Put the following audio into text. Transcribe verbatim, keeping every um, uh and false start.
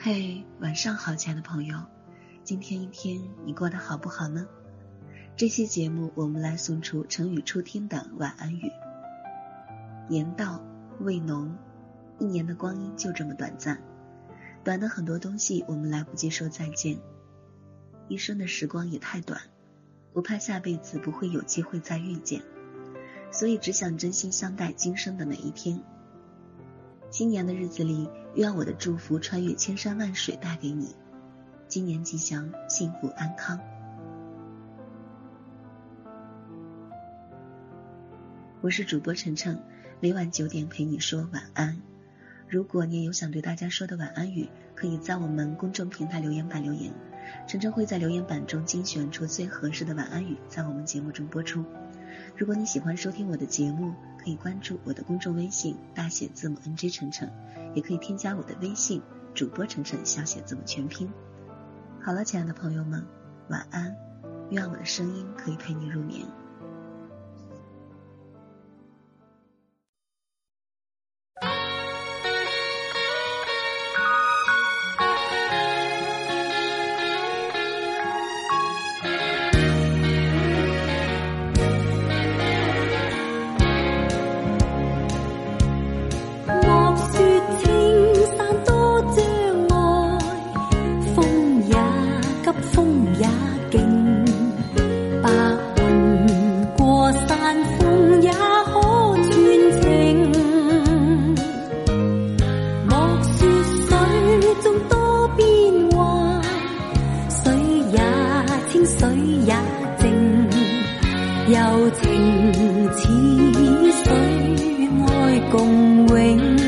嘿，晚上好，亲爱的朋友，今天一天你过得好不好呢？这期节目我们来送出成语初听的晚安语。年到味浓，一年的光阴就这么短暂，短的很多东西我们来不及说再见，一生的时光也太短，不怕下辈子不会有机会再遇见，所以只想真心相待今生的每一天。新年的日子里，愿我的祝福穿越千山万水带给你，今年吉祥，幸福安康。我是主播晨晨，每晚九点陪你说晚安。如果你也有想对大家说的晚安语，可以在我们公众平台留言板留言，晨晨会在留言板中精选出最合适的晚安语，在我们节目中播出。如果你喜欢收听我的节目，可以关注我的公众微信大写字母 N J 晨晨，也可以添加我的微信主播晨晨小写字母全拼。好了，亲爱的朋友们，晚安，愿我的声音可以陪你入眠。 柔情似水，愛共永。